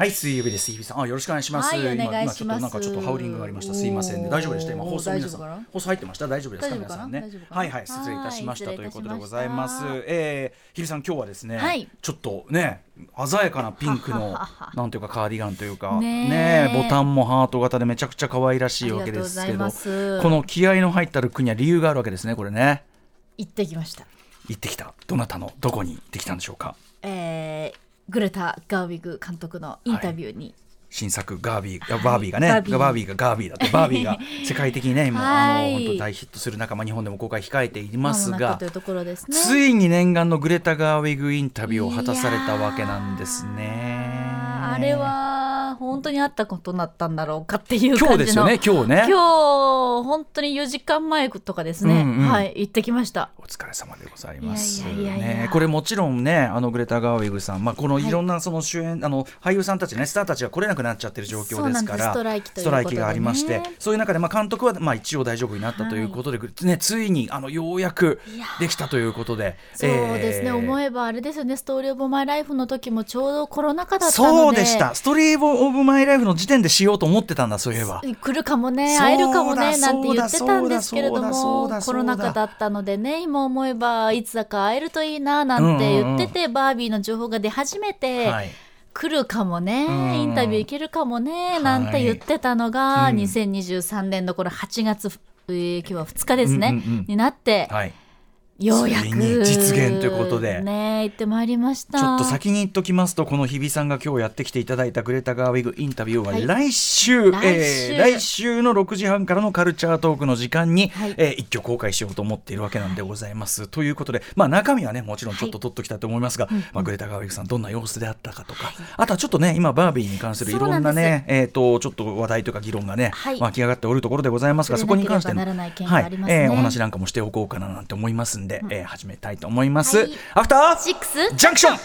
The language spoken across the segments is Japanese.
はい、水曜日です。日比さん、よろしくお願いします。 はい、お願いします。 今ちょっとハウリングがありました。すいませんね。大丈夫でした。今放送皆さん放送入ってました。大丈夫ですか皆さんね。はいはい、失礼いたしましたということでございます。日比さん、今日はですね、はい、ちょっとね鮮やかなピンクのなんていうかカーディガンというかね、ボタンもハート型でめちゃくちゃ可愛らしいわけですけど、この気合の入ったルックには理由があるわけですね。これね。 行ってきました。 行ってきた。どなたのどこに行ってきたんでしょうか。 グレタ・ガーウィグ監督のインタビューに、はい、 新作バービーがね、バービーがガービーだってバービーが世界的にね、今本当大ヒットする中、日本でも公開控えていますが、ついに念願のグレタ・ガーウィグインタビューを果たされたわけなんですね。 あれは本当にあったことになったんだろうかっていう感じの今日ですよね。今日本当に4時間前とかですね、はい、行ってきました。 お疲れ様でございますね。これもちろんね、グレタ・ガーウィグさん、このいろんなその主演、俳優さんたちね、スターたちが来れなくなっちゃってる状況ですから、 ストライキということでね、 ストライキがありまして、そういう中で監督は一応大丈夫になったということで、ね、ついにようやくできたということで、 そうですね、思えばあれですよね、ストーリーオブマイライフの時もちょうどコロナ禍だったので。 そうでした。ストーリーオブマイライフの時点でしようと思ってたんだ。そういえば来るかもね、会えるかもねなんて言ってたんですけれども、コロナ禍だったのでね、今思えばいつだか会えるといいななんて言ってて、バービーの情報が出始めて、はい、来るかもね、インタビュー行けるかもねなんて言ってたのが、2023年のこれ8月、今日は2日ですね、になって、はい、ようやく実現ということでね、行ってまいりました。 ちょっと先に言っときますと、この日比さんが今日やってきていただいたグレタ・ガーウィグインタビューは来週の6時半からのカルチャートークの時間に、一挙公開しようと思っているわけなんでございます、ということで、中身はねもちろんちょっと取っときたいと思いますが、グレタ・ガーウィグさんどんな様子であったかとか、あとはちょっとね今バービーに関するいろんなねちょっと話題とか議論がね、湧き上がっておるところでございますが、そこに関してのお話なんかもしておこうかななんて思いますんで、始めたいと思います、アフターシックスジャンクション。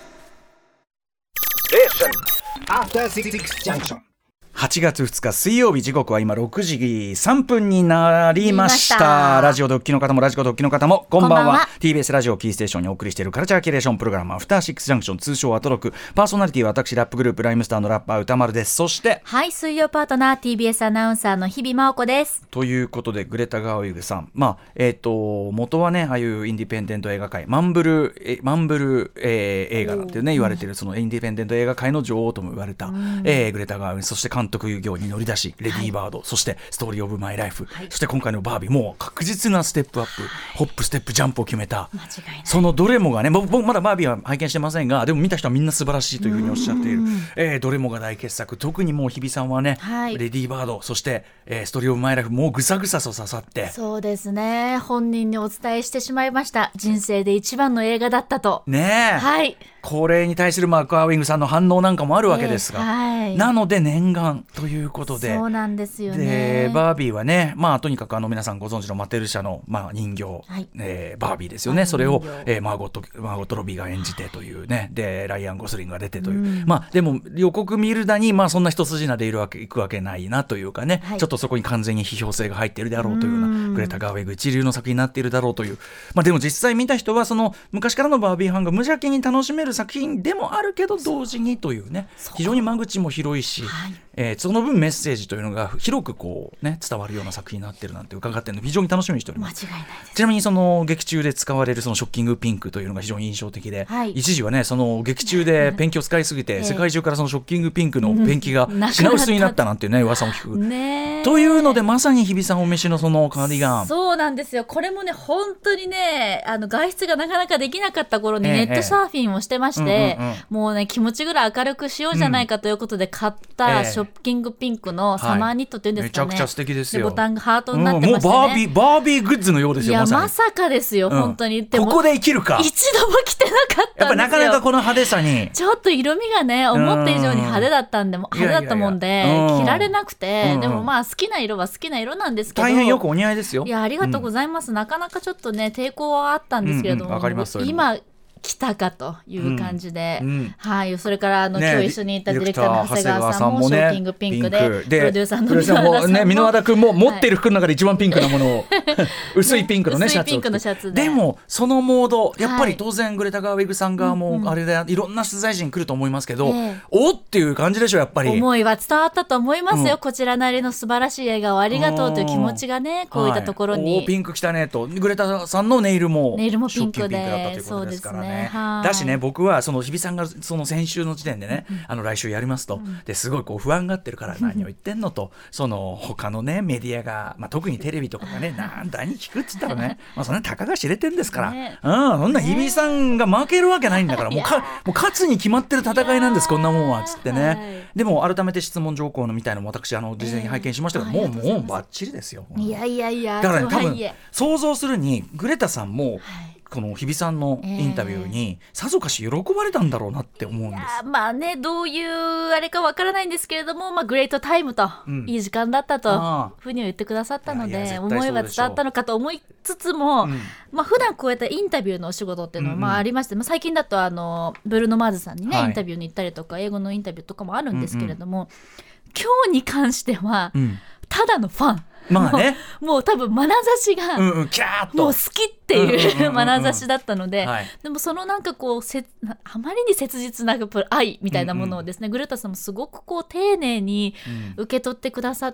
アフターシックスジャンクション。 8月2日水曜日、時刻は今6時3分になりました。ラジオドッキの方もラジコドッキの方もこんばんは。 TBS ラジオキーステーションにお送りしているカルチャーキュレーションプログラム、アフターシックスジャンクション、通称アトロク。パーソナリティは私、ラップグループライムスターのラッパー歌丸です。そしてはい、水曜パートナー TBS アナウンサーの日々真央子です。 ということで、グレタ・ガーウィグさん、元はねああいうインディペンデント映画界、マンブル、映画なんてね言われている、そのインディペンデント映画界の女王とも言われた、グレタ・ガーウィグ、そして監督業に乗り出し、レディーバード、そしてストーリーオブマイライフ、そして今回のバービー、もう確実なステップアップ、ホップステップジャンプを決めた、そのどれもがね、僕まだバービーは拝見してませんが、でも見た人はみんな素晴らしいというふうにおっしゃっている、どれもが大傑作。特にもう日比さんはね、レディーバード、そして、ストーリーオブマイライフ、もうぐさぐさと刺さって。 そうですね、本人にお伝えしてしまいました。人生で一番の映画だったとねえ、はい、これに対するガーウィングさんの反応なんかもあるわけですが、なので念願ということで、 そうなんですよね。 でバービーはね、とにかく皆さんご存知のマテル社の、人形、バービーですよね。それを、マーゴット・ロビーが演じてというね、でライアン・ゴスリングが出てという、でも予告見るだに、そんな一筋縄でいくわけないなというかね、ちょっとそこに完全に批評性が入っているであろうというような、グレタ・ガーウィグ一流の作品になっているだろうという、でも実際見た人はその昔からのバービーファンが無邪気に楽しめる作品でもあるけど、同時にというね、非常に間口も広いし、その分メッセージというのが広くこう、伝わるような作品になっているなんて伺っているので、非常に楽しみにしております。 間違いないです。 ちなみにその劇中で使われるそのショッキングピンクというのが非常に印象的で、一時はねその劇中でペンキを使いすぎて、世界中からそのショッキングピンクのペンキが品薄になったなんていうね、噂も聞く、というので、まさに日比さんお召しのそのカーディガン、 そうなんですよ。これもね本当にね、外出がなかなかできなかった頃にネットサーフィンをしてまして、もうね気持ちぐらい明るくしようじゃないかということで買ったショッキングピンクのサマーニットっていうんですかね、 めちゃくちゃ素敵ですよ。 でボタンがハートになってましてね、 もうバービーグッズのようですよ。 いやまさかですよ、本当に。 ここで生きるか、 一度も着てなかったんですよ。 やっぱなかなかこの派手さにちょっと色味がね思った以上に派手だったんで、派手だったもんで着られなくて、でも好きな色は好きな色なんですけど、 大変よくお似合いですよ。 いやありがとうございます、なかなかちょっとね抵抗はあったんですけれども、 わかります。 今来たかという感じで、 はい、 それから今日一緒にいたディレクターの長谷川さんもショッキングピンクで、プロデューサーの箕輪田さんも箕輪田君も持ってる服の中で一番ピンクなものを薄いピンクのねシャツを着て、 薄いピンクのシャツで、 でもそのモードやっぱり当然グレタ・ガーウィグさん側もあれでいろんな取材陣来ると思いますけど、おっていう感じでしょやっぱり。 思いは伝わったと思いますよ、こちらなりの素晴らしい映画をありがとうという気持ちがね、こういったところに、 ピンク来たねと。グレタさんのネイルもピンクで、 ショッキングピンクだったということですからね。だしね、僕はその日比さんがその先週の時点でね、来週やりますと、ですごいこう不安がってるから何を言ってんのと、その他のねメディアが、特にテレビとかがねなんだに聞くっつったらね、そんなたかが知れてんですから、そんな日比さんが負けるわけないんだから、もう勝つに決まってる戦いなんですこんなもんはっつってね。でも改めて質問条項のみたいなのも私事前に拝見しましたけど、もうバッチリですよ。 いやだからね、多分想像するにグレタさんも、この日比さんのインタビューにさぞかし喜ばれたんだろうなって思うんです。 どういうあれかわからないんですけれども、グレートタイムと、いい時間だったとふうには言ってくださったので、思いは伝わったのかと思いつつも、普段こうやったインタビューのお仕事っていうのはありまして、最近だとブルーノ・マーズさんにね、インタビューに行ったりとか英語のインタビューとかもあるんですけれども、今日に関しては、ただのファン、もう多分眼差しがキャーッともう好きっていう眼差しだったので、でもそのなんかこうあまりに切実な愛みたいなものをですね、グレタさんもすごくこう丁寧に受け取ってくださって、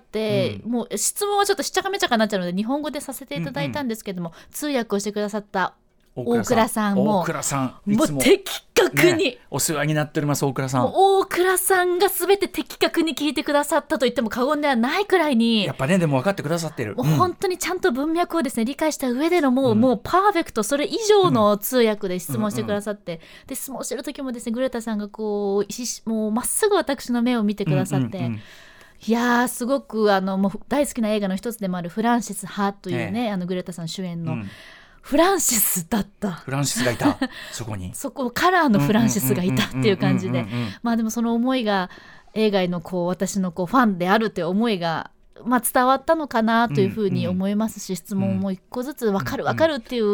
もう質問はちょっとしっちゃかめちゃかになっちゃうので日本語でさせていただいたんですけども、通訳をしてくださった大倉さんももう的確に、 お世話になっております大倉さん。 大倉さんが全て的確に聞いてくださったと言っても過言ではないくらいに、 やっぱね、でも分かってくださってる、 もう本当にちゃんと文脈をですね理解した上でのもうパーフェクト、それ以上の通訳で質問してくださって、で質問してる時もですねグレタさんがこうもうまっすぐ私の目を見てくださって、いやすごくもう大好きな映画の一つでもあるフランシス・ハというね、グレタさん主演の、フランシスだった。 フランシスがいたそこにそこカラーのフランシスがいたっていう感じで、でもその思いが映画へのこう私のこうファンであるという思いが、伝わったのかなというふうに思いますし、質問も一個ずつ分かる分かるっていう、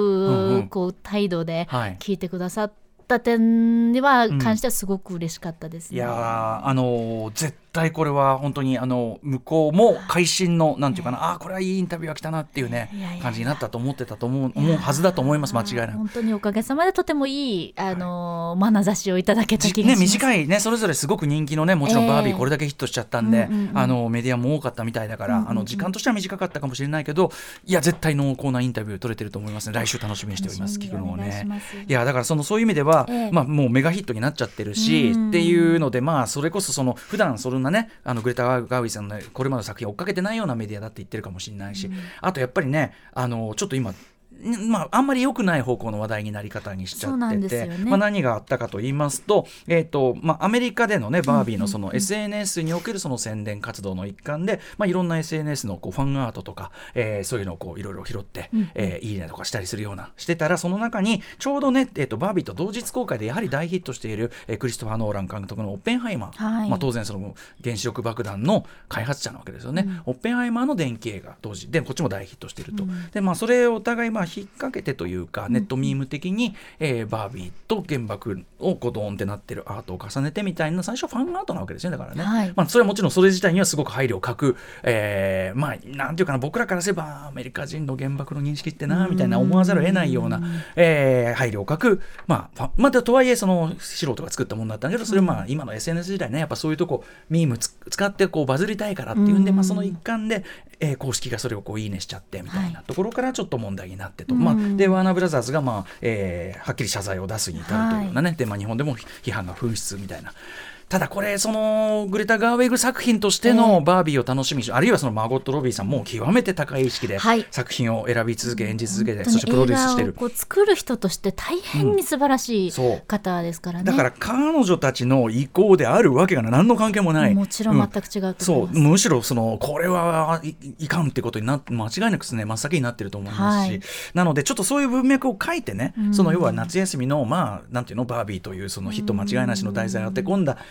こう態度で聞いてくださった点には関してはすごく嬉しかったですね。 いや絶対これは本当に向こうも会心のなんていうかな、これはいいインタビューが来たなっていうね感じになったと思ってたと思うはずだと思います。間違いなく本当におかげさまでとてもいい眼差しをいただけた気がします。 短いね、それぞれすごく人気のね、もちろんバービーこれだけヒットしちゃったんで、メディアも多かったみたいだから、時間としては短かったかもしれないけど、いや絶対濃厚なインタビュー取れてると思いますね。来週楽しみにしております。聞くのをね。いやだからそういう意味では、もうメガヒットになっちゃってるし、っていうので、それこそ普段そんなねグレタ・ガーウィさんのこれまでの作品を追っかけてないようなメディアだって言ってるかもしれないし、あとやっぱりねちょっと今あんまり良くない方向の話題になり方にしちゃってて、何があったかと言いますと、アメリカでのねバービーのその SNS におけるその宣伝活動の一環で、いろんな SNS のこうファンアートとか、そういうのをこういろいろ拾って、いいねとかしたりするようなしてたら、その中にちょうどね、バービーと同日公開でやはり大ヒットしている、クリストファー・ノーラン監督のオッペンハイマー、当然その原子力爆弾の開発者なわけですよね。オッペンハイマーの電気映画当時でこっちも大ヒットしていると、でそれをお互い引っ掛けてというか、ネットミーム的に、バービーと原爆をこうドーンってなってるアートを重ねてみたいな、最初ファンアートなわけですね。だからね、それはもちろんそれ自体にはすごく配慮を欠く、なんていうかな、僕らからすればアメリカ人の原爆の認識ってなみたいな思わざるを得ないような、配慮を欠く、とはいえその素人が作ったものだったんだけど、それは今の SNS 時代ね、やっぱそういうとこミーム使ってこうバズりたいからっていうんで、その一環で、公式がそれをこういいねしちゃってみたいなところからちょっと問題になってと、でワーナーブラザーズが、はっきり謝罪を出すに至るというようなね、で日本でも批判が噴出みたいな。ただこれそのグレタ・ガーウィグ作品としてのバービーを楽しみに、あるいはそのマーゴット・ロビーさんも極めて高い意識で作品を選び続け、演じ続けて、そしてプロデュースしている、 こう作る人として大変に素晴らしい方ですからね。 だから彼女たちの意向であるわけが何の関係もない。 もちろん全く違うと思います。 むしろこれはいかんってことに間違いなく真っ先になってると思いますし、なのでちょっとそういう文脈を書いてね、その要は夏休みのなんていうの、バービーというそのヒット間違いなしの題材を当て込んだ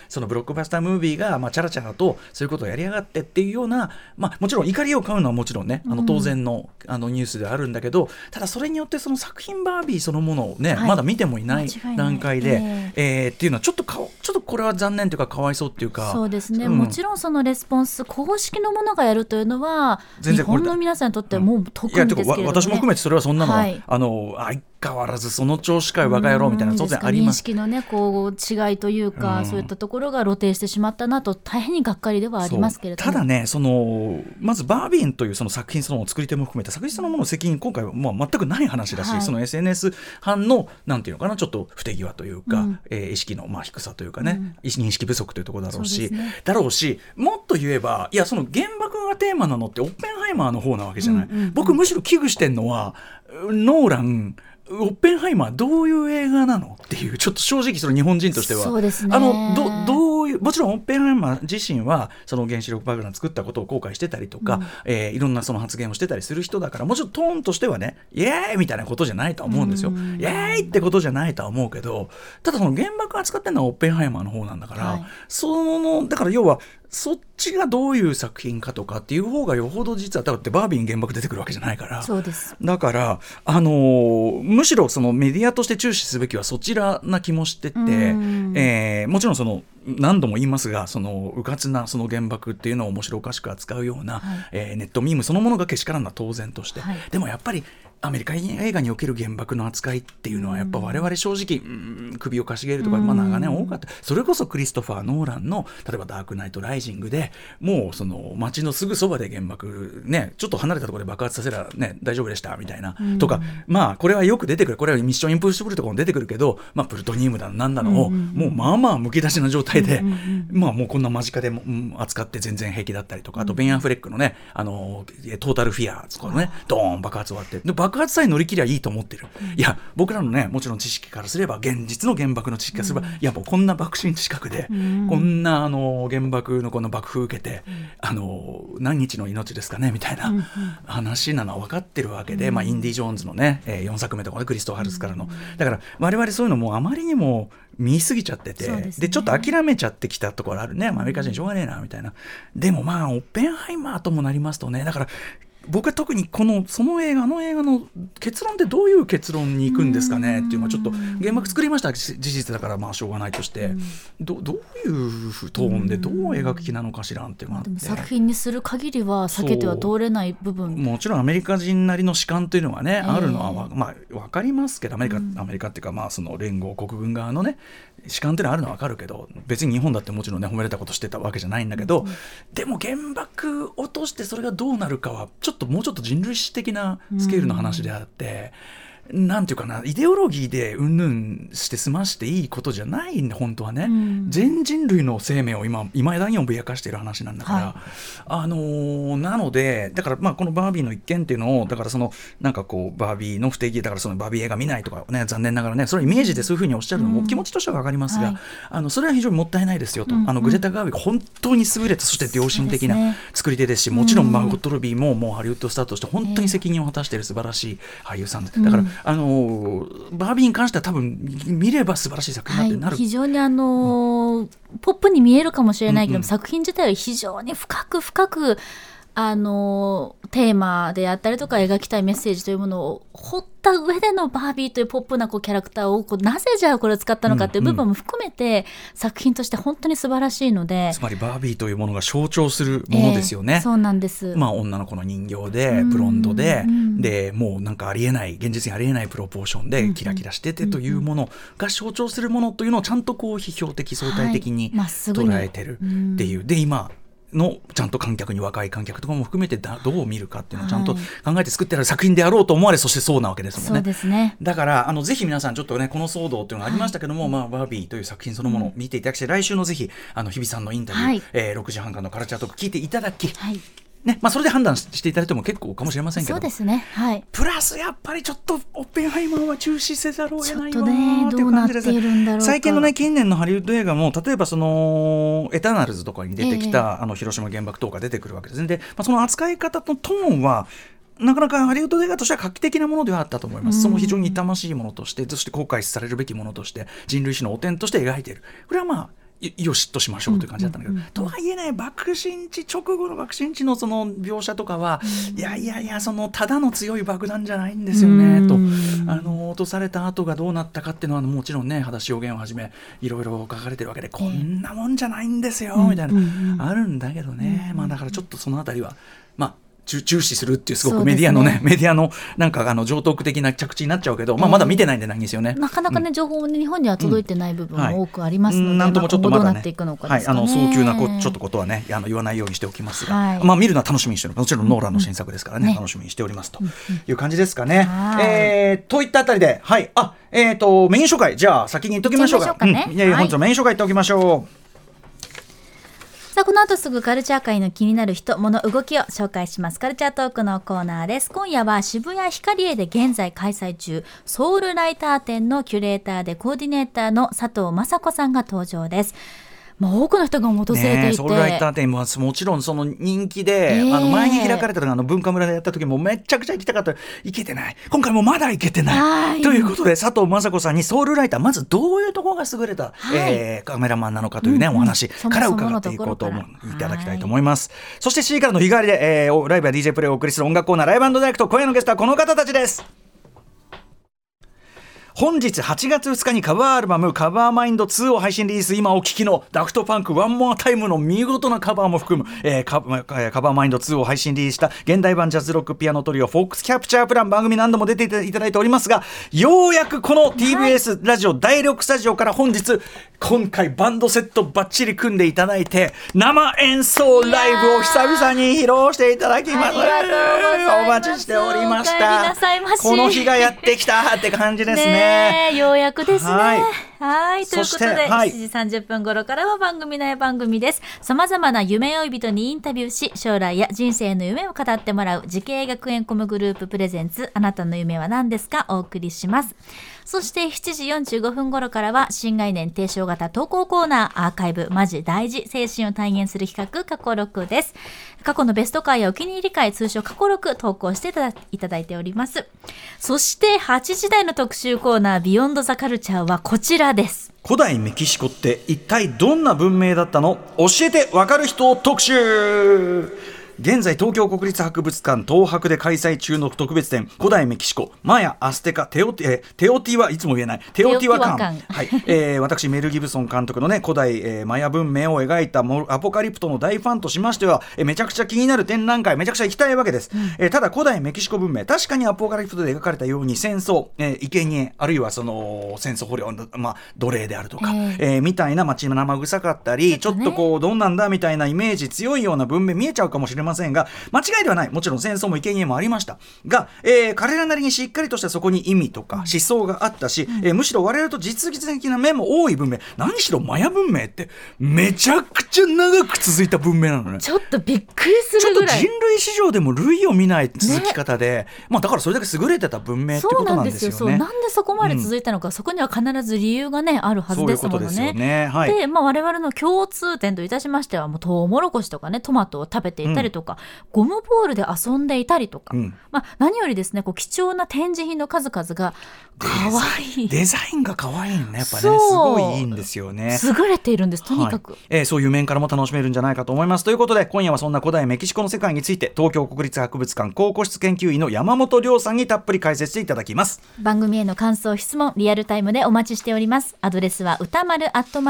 そのブロックバスタームービーが、チャラチャラとそういうことをやりやがってっていうような、もちろん怒りを買うのはもちろんね当然の、ニュースではあるんだけど、ただそれによってその作品バービーそのものをね、まだ見てもいない段階で、っていうのはちょっとこれは残念というかかわいそうっていうか。 そうですね、もちろんそのレスポンス公式のものがやるというのは日本の皆さんにとってはもう特にですけれども、ね、 私も含めてそれはそんなのは、相変わらずその調子かいバカ野郎みたいな当然あります。 認識のねこう違いというか、そういったところが露呈してしまったなと大変にがっかりではありますけれども、 ただねまずバービーというその作品その作り手も含めた作品そのものの責任今回は全くない話だし、その SNS 班のなんていうのかなちょっと不手際というか、意識の低さというかね、認識不足というところだろうし、もっと言えばいやその原爆がテーマなのってオッペンハイマーの方なわけじゃない、僕むしろ危惧してんのはノーランオッペンハイマーどういう映画なのっていう、ちょっと正直その日本人としてはそうですね、 どういうもちろんオッペンハイマー自身はその原子力爆弾作ったことを後悔してたりとか、いろんなその発言をしてたりする人だからもちろんトーンとしてはねイエーイみたいなことじゃないとは思うんですよ、イエーイってことじゃないとは思うけど、ただその原爆を扱ってるのはオッペンハイマーの方なんだから、だから要はそっちがどういう作品かとかっていう方がよほど実はだってバービーに原爆出てくるわけじゃないから、 そうです。 だからむしろそのメディアとして注視すべきはそちらな気もしてて、もちろんその何度も言いますがそのうかつなその原爆っていうのを面白おかしく扱うような、ネットミームそのものがけしからんのは当然として、でもやっぱりアメリカ映画における原爆の扱いっていうのはやっぱ我々正直首をかしげるとか、長年多かった。それこそクリストファー・ノーランの例えばダークナイトライジングでもうその街のすぐそばで原爆ねちょっと離れたところで爆発させたらね大丈夫でしたみたいな、とかこれはよく出てくる、これはミッションインポッシブルとかも出てくるけど、プルトニウムだなんだのを、もうむき出しな状態で、もうこんな間近で扱って全然平気だったりとか、あとベン・アフレックのねトータルフィアとかねドーン爆発終わってで爆発さえ乗り切りゃいいと思ってる、いや僕らのねもちろん知識からすれば現実の原爆の知識からすれば、いやもうこんな爆心地近くで、こんな原爆のこの爆風受けて何日の命ですかねみたいな話なのは分かってるわけで、インディ・ジョーンズのね、4作目とかねクリストファルスからの、だから我々そういうのもあまりにも見すぎちゃってて、でちょっと諦めちゃってきたところあるね、アメリカ人しょうがねえなみたいな。でもオッペンハイマーともなりますとね、だから僕は特にその映画の結論ってどういう結論に行くんですかねっていうのはちょっと原爆作りました事実だからしょうがないとして、どういうトーンでどう描く気なのかしらんっていうのがあって、 でも作品にする限りは避けては通れない部分、 もちろんアメリカ人なりの主観というのがね、あるのは分かりますけど、アメリカっていうかその連合国軍側のね主観というのはあるのは分かるけど、別に日本だってもちろんね褒められたことしてたわけじゃないんだけど、でも原爆落としてそれがどうなるかはもうちょっと人類史的なスケールの話であって、なんていうかな、イデオロギーでうんぬんして済ましていいことじゃないんで本当はね、全人類の生命を今だに脅かしている話なんだから、なのでだからこのバービーの一件っていうのをだからそのなんかこうバービーの不定義だからそのバービー映画見ないとかね、残念ながらねそれはイメージでそういうふうにおっしゃるのも気持ちとしては分かりますが、それは非常にもったいないですよと、グレタ・ガーウィグ本当に優れたそして良心的な作り手ですし、もちろんマーゴット・ロビーもうハリウッドスタートして本当に責任を果たしている素晴らしい俳優さんです。だからバービーに関しては多分見れば素晴らしい作品になる、 非常にポップに見えるかもしれないけど、作品自体は非常に深くテーマであったりとか描きたいメッセージというものを掘った上でのバービーというポップなキャラクターをなぜじゃあこれを使ったのかっていう部分も含めて、作品として本当に素晴らしいので、 つまりバービーというものが象徴するものですよね、 そうなんです。 女の子の人形でブロンドで、でもうなんか現実にありえないプロポーションでキラキラしててというものが象徴するものというのをちゃんと批評的相対的に捉えてるっていう、で今のちゃんと若い観客とかも含めてどう見るかっていうのをちゃんと考えて作ってある作品であろうと思われ、そしてそうなわけですもんね。 そうですね。 だからぜひ皆さんちょっとねこの騒動っていうのがありましたけども、バービーという作品そのものを見ていただき、来週のぜひ日比さんのインタビュー、6時半からのカルチャートーク聞いていただき、それで判断していただいても結構かもしれませんけど、 そうですね、 プラスやっぱりちょっとオッペンハイマーは中止せざるを得ないわーっていう感じですね。 最近のね近年のハリウッド映画も例えばそのエターナルズとかに出てきた、広島原爆投下出てくるわけですね。で、その扱い方のトーンはなかなかハリウッド映画としては画期的なものではあったと思います。その非常に痛ましいものとして、そして後悔されるべきものとして、人類史の汚点として描いている。これはよしとしましょうという感じだったんだけど、とはいえね、爆心地直後の爆心地のその描写とかは、いやそのただの強い爆弾じゃないんですよねと、落とされた後がどうなったかっていうのはもちろんね、裸足予言をはじめいろいろ書かれてるわけで、こんなもんじゃないんですよみたいな、あるんだけどね、だからちょっとそのあたりは注視するっていう、すごくメディアのね、メディアのなんか常套句的な着地になっちゃうけど、まだ見てないんでないんですよね。 なかなかね、情報も日本には届いてない部分も多くありますので、 なんともちょっとまだね、 早急なちょっとことはね、言わないようにしておきますが、見るのは楽しみにしております。もちろんノーランの新作ですからね、楽しみにしておりますという感じですかね。といったあたりで、メイン紹介、じゃあ先に言っときましょうか。本日のメイン紹介言っておきましょう。 さあ、この後すぐカルチャー界の気になる人、物、動きを紹介します。カルチャートークのコーナーです。今夜は渋谷ヒカリエで現在開催中、ソウルライター展のキュレーターでコーディネーターの佐藤雅子さんが登場です。多くの人が訪れていて、 ソウルライター展ももちろんその人気で、前に開かれた文化村でやった時もめちゃくちゃ行きたかった。行けてない、今回もまだ行けてないということで、佐藤雅子さんにソウルライター、まずどういうところが優れた、カメラマンなのかというね、お話から伺っていこうといただきたいと思います。そして C からの日替わりで、ライブや DJ プレイをお送りする音楽コーナー、ライブ&ダイレクト。今夜のゲストはこの方たちです。本日8月2日にカバーアルバムカバーマインド2を配信リリース。今お聴きのダフトパンクワンモアタイムの見事なカバーも含む、カバーマインド2を配信リリースした現代版ジャズロックピアノトリオフォックスキャプチャープラン、番組何度も出ていただいておりますが、ようやくこの TBS ラジオ第6スタジオから本日今回バンドセットバッチリ組んでいただいて、生演奏ライブを久々に披露していただきます。お待ちしておりました。この日がやってきたって感じですね。 ようやくですね。はい、ということで、7時30分頃からは番組内番組です。さまざまな夢追い人にインタビューし、将来や人生の夢を語ってもらう慈恵学園コムグループプレゼンツ、あなたの夢は何ですか、お送りします。そして7時45分頃からは新概念提唱型投稿コーナー、アーカイブマジ大事、精神を体現する企画、過去6です。過去のベスト回やお気に入り回、通称過去6投稿していただいております。そして8時台の特集コーナー、ビヨンドザカルチャーはこちらです。 古代メキシコって一体どんな文明だったの？教えてわかる人特集。現在東京国立博物館東博で開催中の特別展、古代メキシコマヤ、アステカ、テオティワ、いつも言えないテオティワカン、私メル・ギブソン監督のね、古代、マヤ文明を描いたアポカリプトの大ファンとしましては、めちゃくちゃ気になる展覧会、めちゃくちゃ行きたいわけです。ただ古代メキシコ文明、確かにアポカリプトで描かれたように戦争、生贄、あるいはその戦争捕虜、奴隷であるとか、みたいな生臭かったり、ちょっとこうどうなんだみたいなイメージ強いような文明見えちゃうかもしれませんが、間違いではない。もちろん戦争も生贄もありましたが、彼らなりにしっかりとしたそこに意味とか思想があったし、むしろ我々と実現的な面も多い文明、何しろマヤ文明ってめちゃくちゃ長く続いた文明なのね。 ちょっとびっくりするぐらい、 ちょっと人類史上でも類を見ない続き方で、だからそれだけ優れてた文明ってことなんですよね。 そうなんでそこまで続いたのか、そこには必ず理由がねあるはずですものね。 そういうことですよね。 で、我々の共通点といたしましては、もうトウモロコシとかね、トマトを食べていたりとか、ゴムボールで遊んでいたりとか、何よりですね、貴重な展示品の数々が可愛い。 デザインが可愛いね、やっぱね、すごいいいんですよね。 優れているんです、とにかく。 そういう面からも楽しめるんじゃないかと思います。ということで、今夜はそんな古代メキシコの世界について、東京国立博物館考古室研究員の山本亮さんにたっぷり解説していただきます。 番組への感想、質問、リアルタイムでお待ちしております。アドレスは歌丸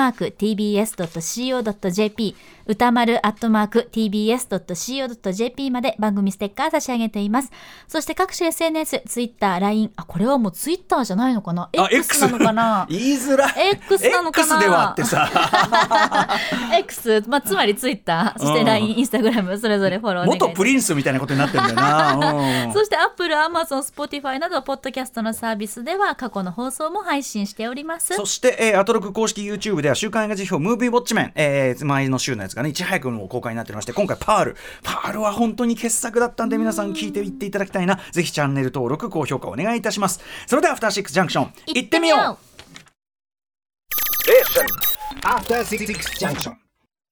@tbs.co.jp、歌丸@tbs.co.jp まで番組ステッカー差し上げています。そして各種 SNS、ツイッター、LINE、これはもうツイッターじゃないのかな、X なのかな言いづらい。 X なのかな、 X ではってさ X、つまりツイッター、そして LINE、インスタグラム、それぞれフォローお願いします。 元プリンスみたいなことになってるんだよなそして Apple、Amazon、Spotify などポッドキャストのサービスでは過去の放送も配信しております。 そして、アトロク公式 YouTube では週刊映画辞表ムービーウォッチメン、前の週のやつがね、いち早くも公開になっておりまして、今回パールは本当に傑作だったんで、皆さん聞いていっていただきたいな。ぜひチャンネル登録、高評価お願いいたします。それではアフターシックスジャンクション行ってみよう。 After 66 junction。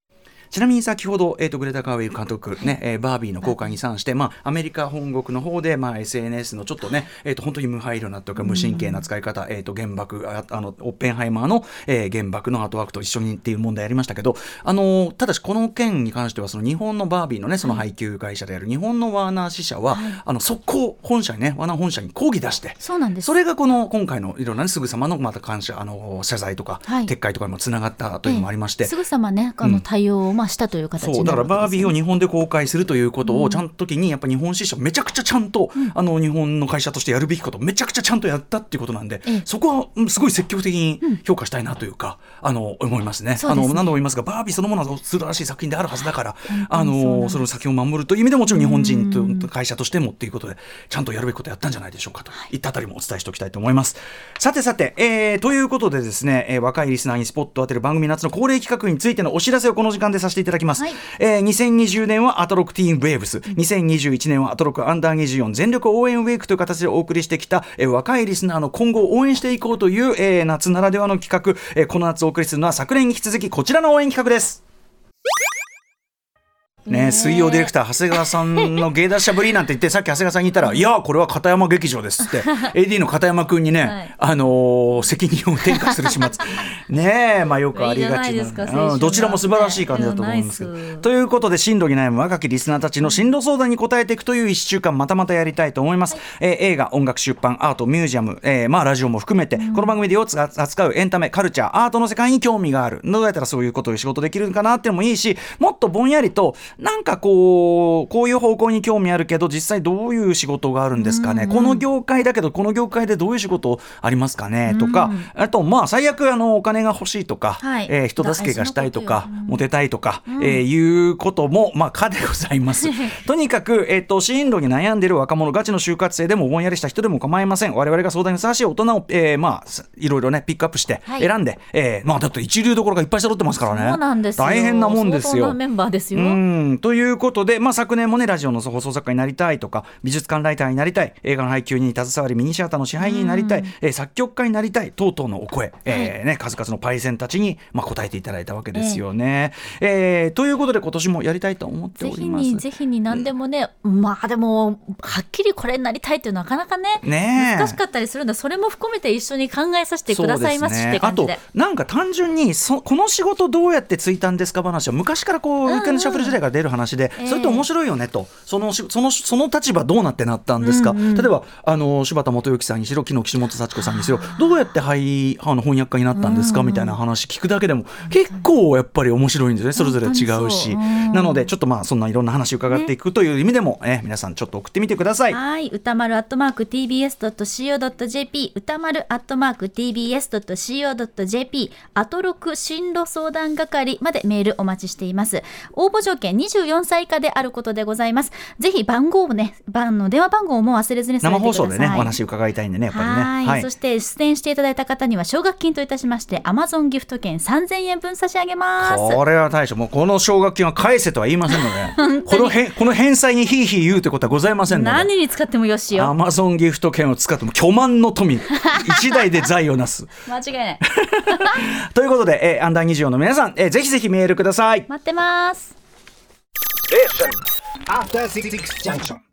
ちなみに先ほど、グレタ・ガーウィグ監督ね、バービーの公開に際して、アメリカ本国の方で、SNS のちょっとね、本当に無配慮なというか無神経な使い方、原爆オッペンハイマーの、原爆のアートワークと一緒にっていう問題ありましたけど、ただしこの件に関してはその日本のバービーのねその配給会社である日本のワーナー支社は、速攻本社にねワーナー本社に抗議出して、 そうなんです。 それがこの今回のいろんな、ね、すぐさまのまた感謝謝罪とか、撤回とかにもつながったというのもありまして、 すぐさまね対応をしたという形になるわけですね。 そうだからバービーを日本で公開するということをちゃんと時にやっぱ日本支社めちゃくちゃちゃんと、日本の会社としてやるべきことをめちゃくちゃちゃんとやったっていうことなんで、そこはすごい積極的に評価したいなというか、思いますね。何度も言いますがバービーそのものは素晴らしい作品であるはずだから、その先を守るという意味でもちろん日本人と会社としてもっていうことでちゃんとやるべきことをやったんじゃないでしょうかといったあたりもお伝えしておきたいと思います。さて、ということでですね、若いリスナーにスポットを当てる番組夏の恒例企画についてのお知らせをこの時間でさせていただきます。2020年はアトロクティーンウェーブス、2021年はアトロクアンダー24全力応援ウェイクという形でお送りしてきた、若いリスナーの今後を応援していこうという、夏ならではの企画、この夏お送りするのは昨年に引き続きこちらの応援企画です。ね、水曜ディレクター長谷川さんの芸達者ぶりなんて言ってさっき長谷川さんに言ったらいやこれは片山劇場ですって AD の片山くんにね、責任を転嫁する始末ねえ、よくありがちな、どちらも素晴らしい感じだと思うんですけど、ということで進路に悩む若きリスナーたちの進路相談に答えていくという1週間またやりたいと思います。映画、音楽、出版、アート、ミュージアム、ラジオも含めて、この番組で扱うエンタメ、カルチャー、アートの世界に興味がある、どうやったらそういうことを仕事できるかなっていうのもいいし、もっとぼんやりとなんかこういう方向に興味あるけど実際どういう仕事があるんですかね、この業界だけどこの業界でどういう仕事ありますかねとか、あと最悪お金が欲しいとか、人助けがしたいとかモテたいとか、いうことも可でございますとにかく、進路に悩んでいる若者、ガチの就活生でもぼんやりした人でも構いません。我々が相談にふさわしい大人を、いろいろねピックアップして選んで、だって一流どころがいっぱい揃ってますからね。 そうなんですよ、 大変なもんですよ。 相当なメンバーですよ。 ということで、昨年もねラジオの放送作家になりたいとか美術館ライターになりたい、映画の配給に携わりミニシアターの支配人になりたい、作曲家になりたい等々のお声、数々のパイセンたちに、答えていただいたわけですよね。ということで今年もやりたいと思っております。 ぜひに何でもね、でもはっきりこれになりたいっていうのはなかなかね難しかったりするんで、それも含めて一緒に考えさせてくださいましって感じで。 あとなんか単純にこの仕事どうやってついたんですか話は昔からウィークエンドシャッフル時代から出る話で、それって面白いよねと、その立場どうなってなったんですか、例えば柴田元幸さんにしろ木下幸子さんにしろどうやって翻訳家になったんですかみたいな話聞くだけでも結構やっぱり面白いんですね。それぞれ違うし、なのでちょっとそんないろんな話を伺っていくという意味でも、皆さんちょっと送ってみてください。 はい、歌丸@tbs.co.jp 歌丸@tbs.co.jp アトロク進路相談係までメールお待ちしています。応募条件24歳以下であることでございます。ぜひ電話番号も忘れずにされてください。 生放送でねお話伺いたいんでねやっぱりね。 はい、そして出演していただいた方には奨学金といたしまして Amazon ギフト券3000円分差し上げます。 これは大将もうこの奨学金は返せとは言いませんのでこの返済にヒーヒー言うってことはございませんので、 何に使ってもよしよ。 Amazon ギフト券を使っても巨万の富一台で財をなす間違いないということで、アンダー24の皆さん、ぜひぜひメールください。 待ってます。 After 66 junction.